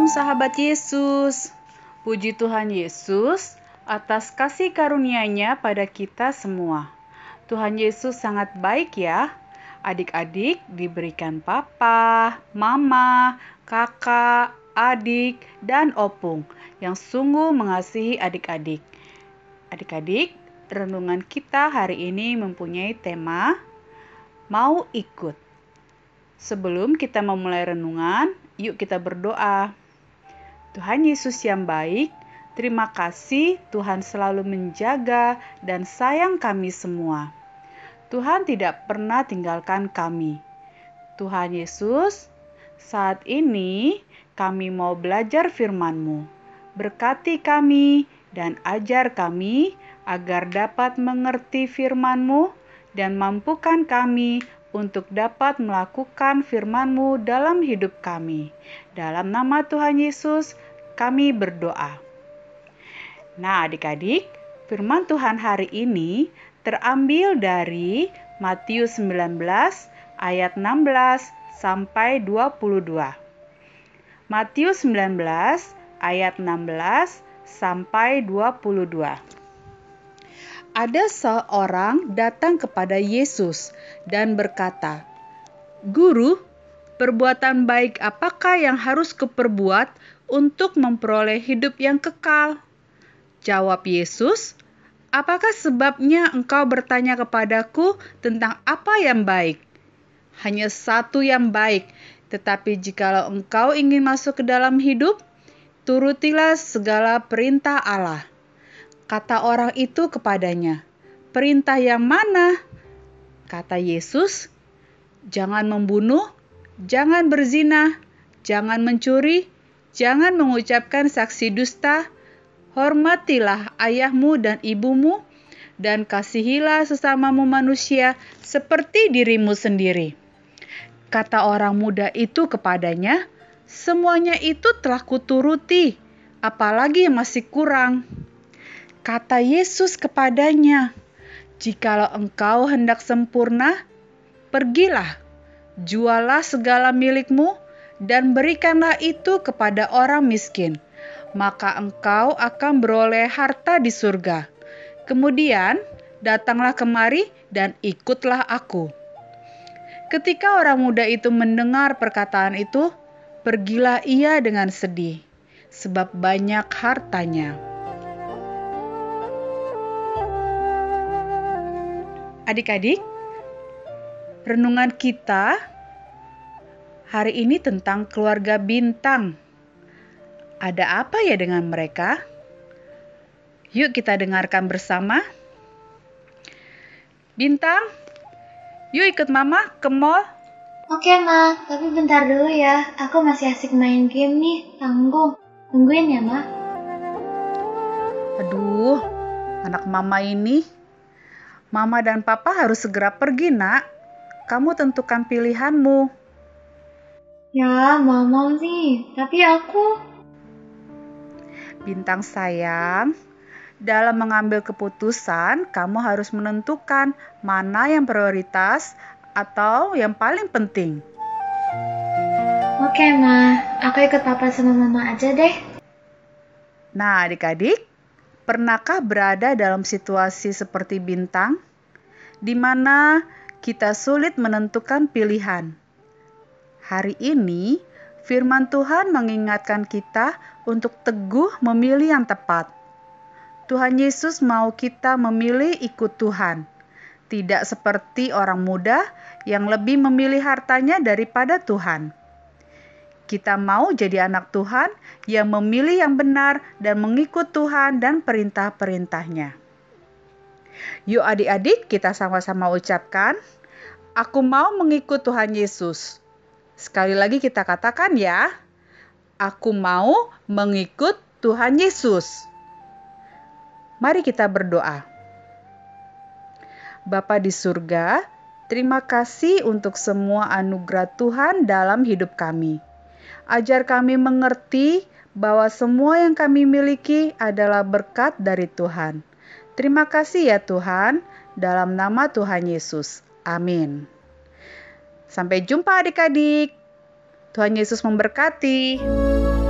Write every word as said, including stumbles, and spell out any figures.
Shalom sahabat Yesus. Puji Tuhan Yesus atas kasih karunia-Nya pada kita semua. Tuhan Yesus sangat baik ya. Adik-adik diberikan papa, mama, kakak, adik, dan opung yang sungguh mengasihi adik-adik. Adik-adik, renungan kita hari ini mempunyai tema mau ikut. Sebelum kita memulai renungan, yuk kita berdoa. Tuhan Yesus yang baik, terima kasih Tuhan selalu menjaga dan sayang kami semua. Tuhan tidak pernah tinggalkan kami. Tuhan Yesus, saat ini kami mau belajar firman-Mu. Berkati kami dan ajar kami agar dapat mengerti firman-Mu dan mampukan kami untuk dapat melakukan firman-Mu dalam hidup kami. Dalam nama Tuhan Yesus, kami berdoa. Nah, adik-adik, firman Tuhan hari ini terambil dari Matius sembilan belas ayat enam belas sampai dua puluh dua. Matius sembilan belas ayat enam belas sampai dua puluh dua. Ada seorang datang kepada Yesus dan berkata, "Guru, perbuatan baik apakah yang harus kuperbuat untuk memperoleh hidup yang kekal?" Jawab Yesus, "Apakah sebabnya engkau bertanya kepadaku tentang apa yang baik? Hanya satu yang baik, tetapi jikalau engkau ingin masuk ke dalam hidup, turutilah segala perintah Allah." Kata orang itu kepadanya, "Perintah yang mana?" Kata Yesus, "Jangan membunuh, jangan berzina, jangan mencuri, jangan mengucapkan saksi dusta, hormatilah ayahmu dan ibumu, dan kasihilah sesamamu manusia seperti dirimu sendiri." Kata orang muda itu kepadanya, "Semuanya itu telah kuturuti, apalagi yang masih kurang?" Kata Yesus kepadanya, "Jikalau engkau hendak sempurna, pergilah, jualah segala milikmu, dan berikanlah itu kepada orang miskin, maka engkau akan beroleh harta di surga. Kemudian datanglah kemari dan ikutlah aku." Ketika orang muda itu mendengar perkataan itu, pergilah ia dengan sedih, sebab banyak hartanya. Adik-adik, renungan kita hari ini tentang keluarga Bintang. Ada apa ya dengan mereka? Yuk kita dengarkan bersama. Bintang, yuk ikut Mama ke mall. Oke, Ma, tapi bentar dulu ya. Aku masih asik main game nih, tanggung. Tungguin ya, Ma. Aduh, anak Mama ini. Mama dan Papa harus segera pergi, nak. Kamu tentukan pilihanmu. Ya, Mama sih. Tapi aku... Bintang sayang, dalam mengambil keputusan, kamu harus menentukan mana yang prioritas atau yang paling penting. Oke, Ma. Aku ikut Papa sama Mama aja deh. Nah, adik-adik, pernahkah berada dalam situasi seperti Bintang, di mana kita sulit menentukan pilihan? Hari ini, firman Tuhan mengingatkan kita untuk teguh memilih yang tepat. Tuhan Yesus mau kita memilih ikut Tuhan, tidak seperti orang muda yang lebih memilih hartanya daripada Tuhan. Kita mau jadi anak Tuhan yang memilih yang benar dan mengikut Tuhan dan perintah-perintahnya. Yuk adik-adik, kita sama-sama ucapkan, "Aku mau mengikut Tuhan Yesus." Sekali lagi kita katakan ya, "Aku mau mengikut Tuhan Yesus." Mari kita berdoa. Bapa di surga, terima kasih untuk semua anugerah Tuhan dalam hidup kami. Ajar kami mengerti bahwa semua yang kami miliki adalah berkat dari Tuhan. Terima kasih ya Tuhan, dalam nama Tuhan Yesus. Amin. Sampai jumpa adik-adik. Tuhan Yesus memberkati.